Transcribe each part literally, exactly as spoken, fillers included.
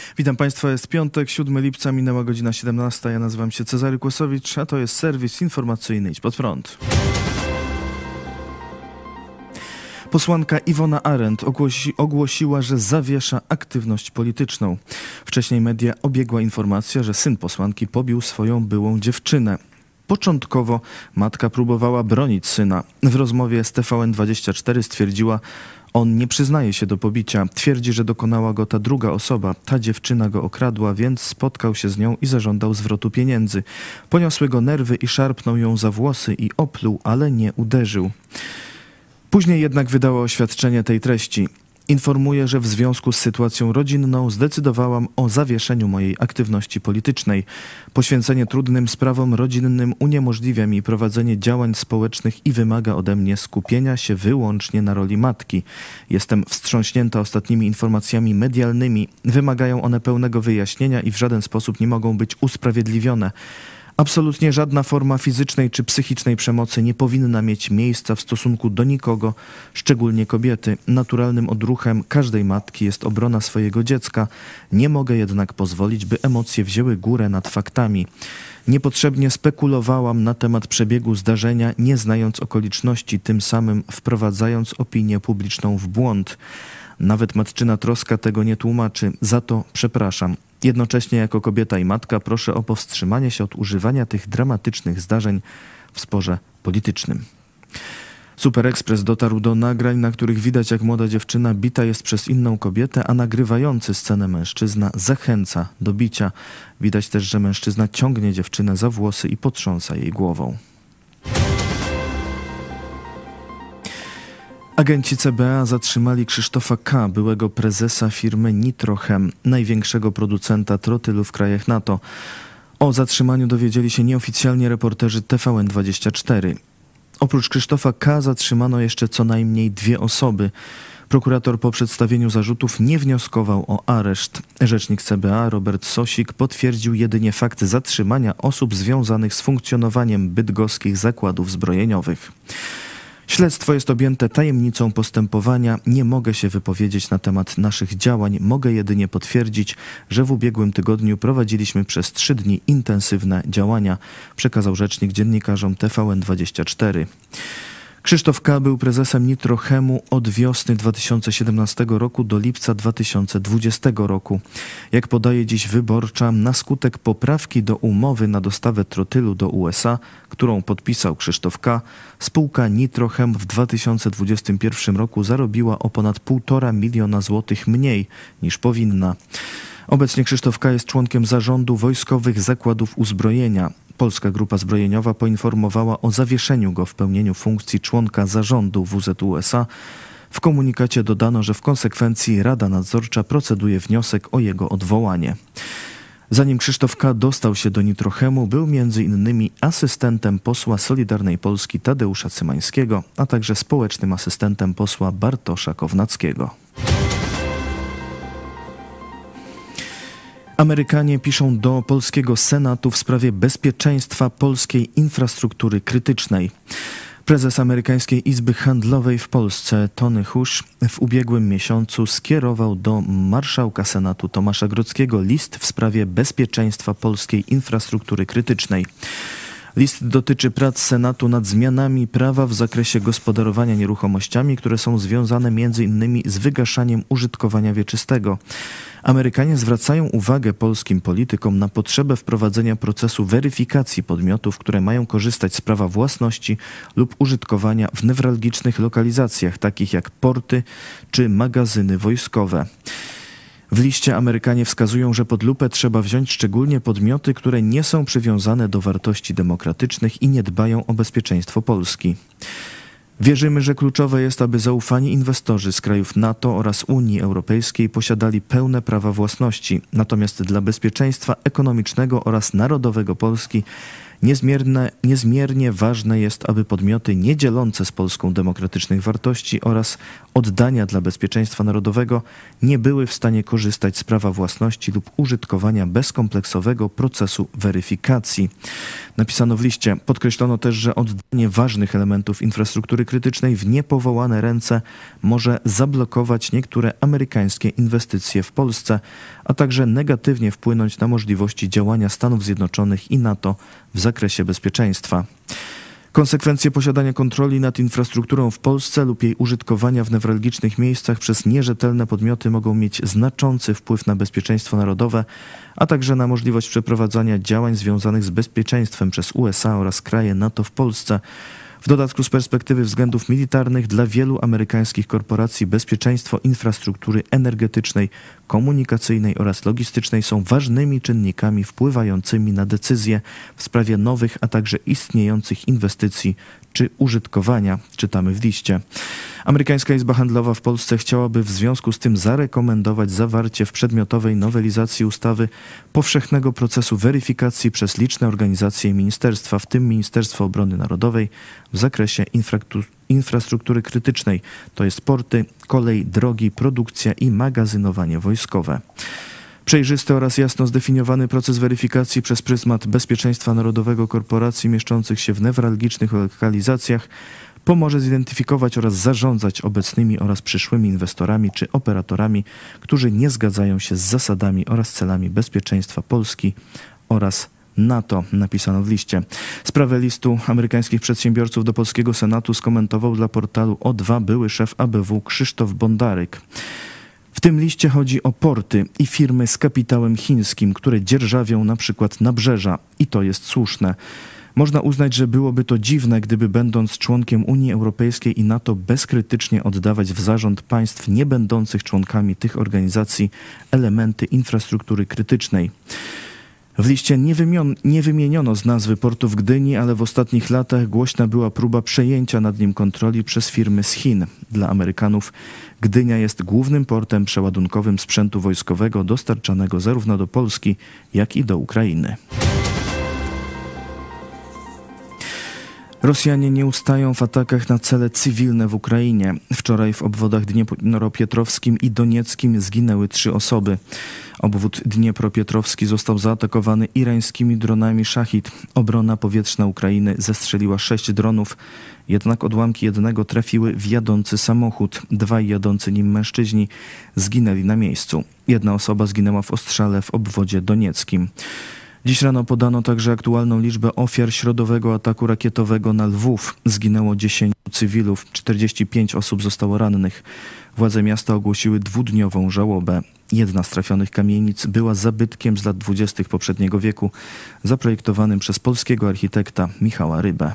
Witam Państwa, jest piątek, siódmego lipca, minęła godzina siedemnasta. Ja nazywam się Cezary Kłosowicz, a to jest serwis informacyjny Idź Pod Prąd. Posłanka Iwona Arendt ogłosi, ogłosiła, że zawiesza aktywność polityczną. Wcześniej media obiegła informacja, że syn posłanki pobił swoją byłą dziewczynę. Początkowo matka próbowała bronić syna. W rozmowie z T V N dwadzieścia cztery stwierdziła, on nie przyznaje się do pobicia. Twierdzi, że dokonała go ta druga osoba. Ta dziewczyna go okradła, więc spotkał się z nią i zażądał zwrotu pieniędzy. Poniosły go nerwy i szarpnął ją za włosy i opluł, ale nie uderzył. Później jednak wydała oświadczenie tej treści. Informuję, że w związku z sytuacją rodzinną zdecydowałam o zawieszeniu mojej aktywności politycznej. Poświęcenie trudnym sprawom rodzinnym uniemożliwia mi prowadzenie działań społecznych i wymaga ode mnie skupienia się wyłącznie na roli matki. Jestem wstrząśnięta ostatnimi informacjami medialnymi. Wymagają one pełnego wyjaśnienia i w żaden sposób nie mogą być usprawiedliwione. Absolutnie żadna forma fizycznej czy psychicznej przemocy nie powinna mieć miejsca w stosunku do nikogo, szczególnie kobiety. Naturalnym odruchem każdej matki jest obrona swojego dziecka. Nie mogę jednak pozwolić, by emocje wzięły górę nad faktami. Niepotrzebnie spekulowałam na temat przebiegu zdarzenia, nie znając okoliczności, tym samym wprowadzając opinię publiczną w błąd. Nawet matczyna troska tego nie tłumaczy, za to przepraszam. Jednocześnie jako kobieta i matka proszę o powstrzymanie się od używania tych dramatycznych zdarzeń w sporze politycznym. Super Express dotarł do nagrań, na których widać, jak młoda dziewczyna bita jest przez inną kobietę, a nagrywający scenę mężczyzna zachęca do bicia. Widać też, że mężczyzna ciągnie dziewczynę za włosy i potrząsa jej głową. Agenci C B A zatrzymali Krzysztofa K., byłego prezesa firmy Nitrochem, największego producenta trotylu w krajach NATO. O zatrzymaniu dowiedzieli się nieoficjalnie reporterzy T V N dwadzieścia cztery. Oprócz Krzysztofa K. zatrzymano jeszcze co najmniej dwie osoby. Prokurator po przedstawieniu zarzutów nie wnioskował o areszt. Rzecznik C B A Robert Sosik potwierdził jedynie fakt zatrzymania osób związanych z funkcjonowaniem bydgoskich zakładów zbrojeniowych. Śledztwo jest objęte tajemnicą postępowania. Nie mogę się wypowiedzieć na temat naszych działań. Mogę jedynie potwierdzić, że w ubiegłym tygodniu prowadziliśmy przez trzy dni intensywne działania, przekazał rzecznik dziennikarzom T V N dwadzieścia cztery. Krzysztof K. był prezesem Nitrochemu od wiosny dwa tysiące siedemnastego roku do lipca dwa tysiące dwudziestego roku. Jak podaje dziś Wyborcza, na skutek poprawki do umowy na dostawę trotylu do U S A, którą podpisał Krzysztof K., spółka Nitrochem w dwa tysiące dwudziestym pierwszym roku zarobiła o ponad półtora miliona złotych mniej niż powinna. Obecnie Krzysztof K. jest członkiem zarządu Wojskowych Zakładów Uzbrojenia. Polska Grupa Zbrojeniowa poinformowała o zawieszeniu go w pełnieniu funkcji członka zarządu W Z U S A. W komunikacie dodano, że w konsekwencji Rada Nadzorcza proceduje wniosek o jego odwołanie. Zanim Krzysztof K. dostał się do Nitrochemu, był między innymi asystentem posła Solidarnej Polski Tadeusza Cymańskiego, a także społecznym asystentem posła Bartosza Kownackiego. Amerykanie piszą do polskiego Senatu w sprawie bezpieczeństwa polskiej infrastruktury krytycznej. Prezes Amerykańskiej Izby Handlowej w Polsce, Tony Hush, w ubiegłym miesiącu skierował do marszałka Senatu Tomasza Grodzkiego list w sprawie bezpieczeństwa polskiej infrastruktury krytycznej. List dotyczy prac Senatu nad zmianami prawa w zakresie gospodarowania nieruchomościami, które są związane między innymi z wygaszaniem użytkowania wieczystego. Amerykanie zwracają uwagę polskim politykom na potrzebę wprowadzenia procesu weryfikacji podmiotów, które mają korzystać z prawa własności lub użytkowania w newralgicznych lokalizacjach, takich jak porty czy magazyny wojskowe. W liście Amerykanie wskazują, że pod lupę trzeba wziąć szczególnie podmioty, które nie są przywiązane do wartości demokratycznych i nie dbają o bezpieczeństwo Polski. Wierzymy, że kluczowe jest, aby zaufani inwestorzy z krajów NATO oraz Unii Europejskiej posiadali pełne prawa własności. Natomiast dla bezpieczeństwa ekonomicznego oraz narodowego Polski Niezmierne, niezmiernie ważne jest, aby podmioty niedzielące z Polską demokratycznych wartości oraz oddania dla bezpieczeństwa narodowego nie były w stanie korzystać z prawa własności lub użytkowania bez kompleksowego procesu weryfikacji. Napisano w liście. Podkreślono też, że oddanie ważnych elementów infrastruktury krytycznej w niepowołane ręce może zablokować niektóre amerykańskie inwestycje w Polsce, a także negatywnie wpłynąć na możliwości działania Stanów Zjednoczonych i NATO w zakresie bezpieczeństwa. Konsekwencje posiadania kontroli nad infrastrukturą w Polsce lub jej użytkowania w newralgicznych miejscach przez nierzetelne podmioty mogą mieć znaczący wpływ na bezpieczeństwo narodowe, a także na możliwość przeprowadzania działań związanych z bezpieczeństwem przez U S A oraz kraje NATO w Polsce. W dodatku z perspektywy względów militarnych dla wielu amerykańskich korporacji bezpieczeństwo infrastruktury energetycznej, komunikacyjnej oraz logistycznej są ważnymi czynnikami wpływającymi na decyzje w sprawie nowych, a także istniejących inwestycji czy użytkowania, czytamy w liście. Amerykańska Izba Handlowa w Polsce chciałaby w związku z tym zarekomendować zawarcie w przedmiotowej nowelizacji ustawy powszechnego procesu weryfikacji przez liczne organizacje i ministerstwa, w tym Ministerstwo Obrony Narodowej, w zakresie infrastruktury krytycznej, to jest porty, kolej, drogi, produkcja i magazynowanie wojskowe. Przejrzysty oraz jasno zdefiniowany proces weryfikacji przez pryzmat bezpieczeństwa narodowego korporacji mieszczących się w newralgicznych lokalizacjach pomoże zidentyfikować oraz zarządzać obecnymi oraz przyszłymi inwestorami czy operatorami, którzy nie zgadzają się z zasadami oraz celami bezpieczeństwa Polski oraz NATO, napisano w liście. Sprawę listu amerykańskich przedsiębiorców do polskiego Senatu skomentował dla portalu O dwa były szef A B W Krzysztof Bondaryk. W tym liście chodzi o porty i firmy z kapitałem chińskim, które dzierżawią na przykład nabrzeża i to jest słuszne. Można uznać, że byłoby to dziwne, gdyby będąc członkiem Unii Europejskiej i NATO bezkrytycznie oddawać w zarząd państw nie będących członkami tych organizacji elementy infrastruktury krytycznej. W liście nie, wymion, nie wymieniono z nazwy portu w Gdyni, ale w ostatnich latach głośna była próba przejęcia nad nim kontroli przez firmy z Chin. Dla Amerykanów Gdynia jest głównym portem przeładunkowym sprzętu wojskowego dostarczanego zarówno do Polski, jak i do Ukrainy. Rosjanie nie ustają w atakach na cele cywilne w Ukrainie. Wczoraj w obwodach dniepropietrowskim i donieckim zginęły trzy osoby. Obwód dniepropietrowski został zaatakowany irańskimi dronami Szachid. Obrona powietrzna Ukrainy zestrzeliła sześć dronów, jednak odłamki jednego trafiły w jadący samochód. Dwaj jadący nim mężczyźni zginęli na miejscu. Jedna osoba zginęła w ostrzale w obwodzie donieckim. Dziś rano podano także aktualną liczbę ofiar środowego ataku rakietowego na Lwów. Zginęło dziesięciu cywilów, czterdzieści pięć osób zostało rannych. Władze miasta ogłosiły dwudniową żałobę. Jedna z trafionych kamienic była zabytkiem z lat dwudziestych poprzedniego wieku, zaprojektowanym przez polskiego architekta Michała Rybę.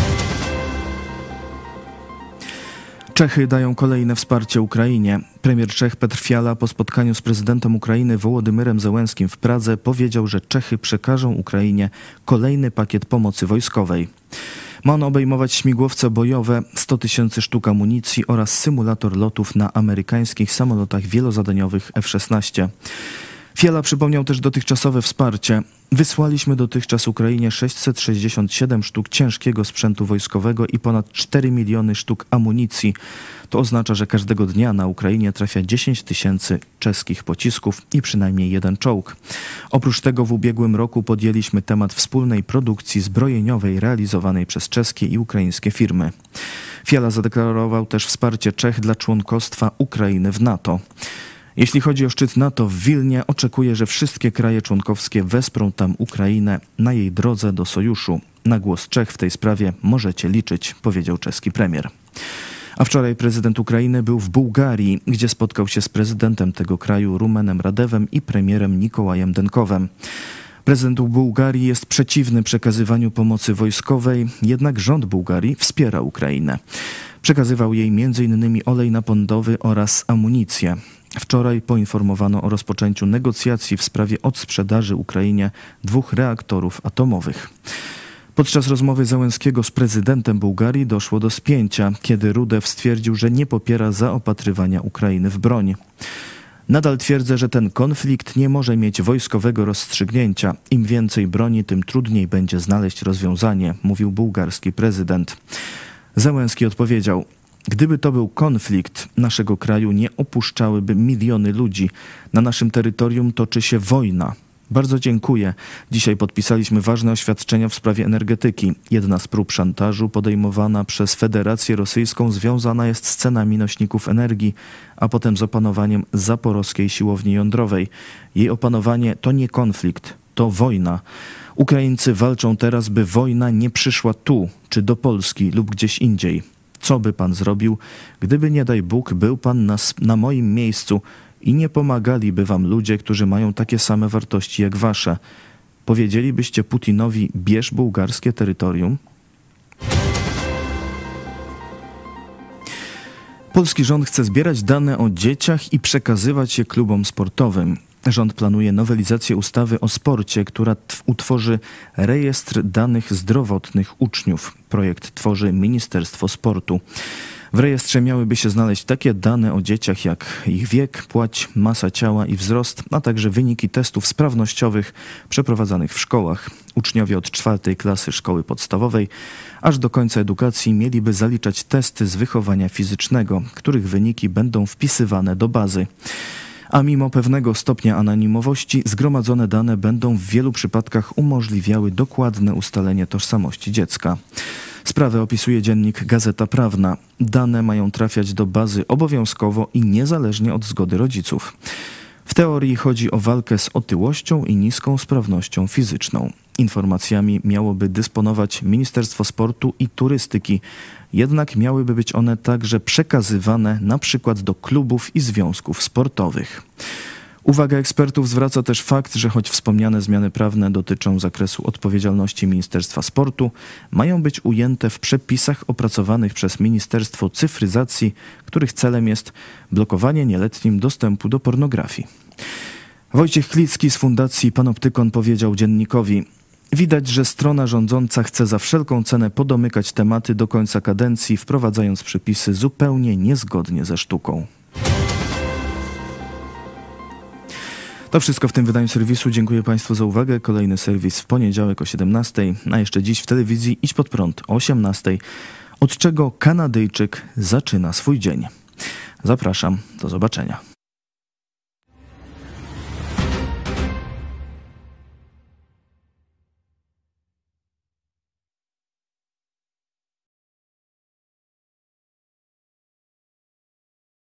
Czechy dają kolejne wsparcie Ukrainie. Premier Czech Petr Fiala po spotkaniu z prezydentem Ukrainy Wołodymyrem Zełenskim w Pradze powiedział, że Czechy przekażą Ukrainie kolejny pakiet pomocy wojskowej. Ma on obejmować śmigłowce bojowe, sto tysięcy sztuk amunicji oraz symulator lotów na amerykańskich samolotach wielozadaniowych F szesnaście. Fiala przypomniał też dotychczasowe wsparcie. Wysłaliśmy dotychczas Ukrainie sześćset sześćdziesiąt siedem sztuk ciężkiego sprzętu wojskowego i ponad cztery miliony sztuk amunicji. To oznacza, że każdego dnia na Ukrainie trafia dziesięć tysięcy czeskich pocisków i przynajmniej jeden czołg. Oprócz tego w ubiegłym roku podjęliśmy temat wspólnej produkcji zbrojeniowej realizowanej przez czeskie i ukraińskie firmy. Fiala zadeklarował też wsparcie Czech dla członkostwa Ukrainy w NATO. Jeśli chodzi o szczyt NATO w Wilnie, oczekuję, że wszystkie kraje członkowskie wesprą tam Ukrainę na jej drodze do sojuszu. Na głos Czech w tej sprawie możecie liczyć, powiedział czeski premier. A wczoraj prezydent Ukrainy był w Bułgarii, gdzie spotkał się z prezydentem tego kraju Rumenem Radewem i premierem Nikołajem Denkowem. Prezydent Bułgarii jest przeciwny przekazywaniu pomocy wojskowej, jednak rząd Bułgarii wspiera Ukrainę. Przekazywał jej między innymi olej napędowy oraz amunicję. Wczoraj poinformowano o rozpoczęciu negocjacji w sprawie odsprzedaży Ukrainie dwóch reaktorów atomowych. Podczas rozmowy Zełenskiego z prezydentem Bułgarii doszło do spięcia, kiedy Rudew stwierdził, że nie popiera zaopatrywania Ukrainy w broń. Nadal twierdzę, że ten konflikt nie może mieć wojskowego rozstrzygnięcia. Im więcej broni, tym trudniej będzie znaleźć rozwiązanie, mówił bułgarski prezydent. Zełenski odpowiedział: gdyby to był konflikt, naszego kraju nie opuszczałyby miliony ludzi. Na naszym terytorium toczy się wojna. Bardzo dziękuję. Dzisiaj podpisaliśmy ważne oświadczenia w sprawie energetyki. Jedna z prób szantażu podejmowana przez Federację Rosyjską związana jest z cenami nośników energii, a potem z opanowaniem zaporowskiej siłowni jądrowej. Jej opanowanie to nie konflikt, to wojna. Ukraińcy walczą teraz, by wojna nie przyszła tu, czy do Polski lub gdzieś indziej. Co by pan zrobił, gdyby nie daj Bóg był pan na, na moim miejscu i nie pomagaliby wam ludzie, którzy mają takie same wartości jak wasze? Powiedzielibyście Putinowi: bierz bułgarskie terytorium? Polski rząd chce zbierać dane o dzieciach i przekazywać je klubom sportowym. Rząd planuje nowelizację ustawy o sporcie, która utworzy rejestr danych zdrowotnych uczniów. Projekt tworzy Ministerstwo Sportu. W rejestrze miałyby się znaleźć takie dane o dzieciach jak ich wiek, płeć, masa ciała i wzrost, a także wyniki testów sprawnościowych przeprowadzanych w szkołach. Uczniowie od czwartej klasy szkoły podstawowej aż do końca edukacji mieliby zaliczać testy z wychowania fizycznego, których wyniki będą wpisywane do bazy. A mimo pewnego stopnia anonimowości, zgromadzone dane będą w wielu przypadkach umożliwiały dokładne ustalenie tożsamości dziecka. Sprawę opisuje dziennik Gazeta Prawna. Dane mają trafiać do bazy obowiązkowo i niezależnie od zgody rodziców. W teorii chodzi o walkę z otyłością i niską sprawnością fizyczną. Informacjami miałoby dysponować Ministerstwo Sportu i Turystyki, jednak miałyby być one także przekazywane na przykład do klubów i związków sportowych. Uwagę ekspertów zwraca też fakt, że choć wspomniane zmiany prawne dotyczą zakresu odpowiedzialności Ministerstwa Sportu, mają być ujęte w przepisach opracowanych przez Ministerstwo Cyfryzacji, których celem jest blokowanie nieletnim dostępu do pornografii. Wojciech Klicki z Fundacji Panoptykon powiedział dziennikowi: widać, że strona rządząca chce za wszelką cenę podomykać tematy do końca kadencji, wprowadzając przepisy zupełnie niezgodnie ze sztuką. To wszystko w tym wydaniu serwisu. Dziękuję Państwu za uwagę. Kolejny serwis w poniedziałek o siedemnastej, a jeszcze dziś w telewizji Idź Pod Prąd o osiemnastej, od czego Kanadyjczyk zaczyna swój dzień. Zapraszam, do zobaczenia.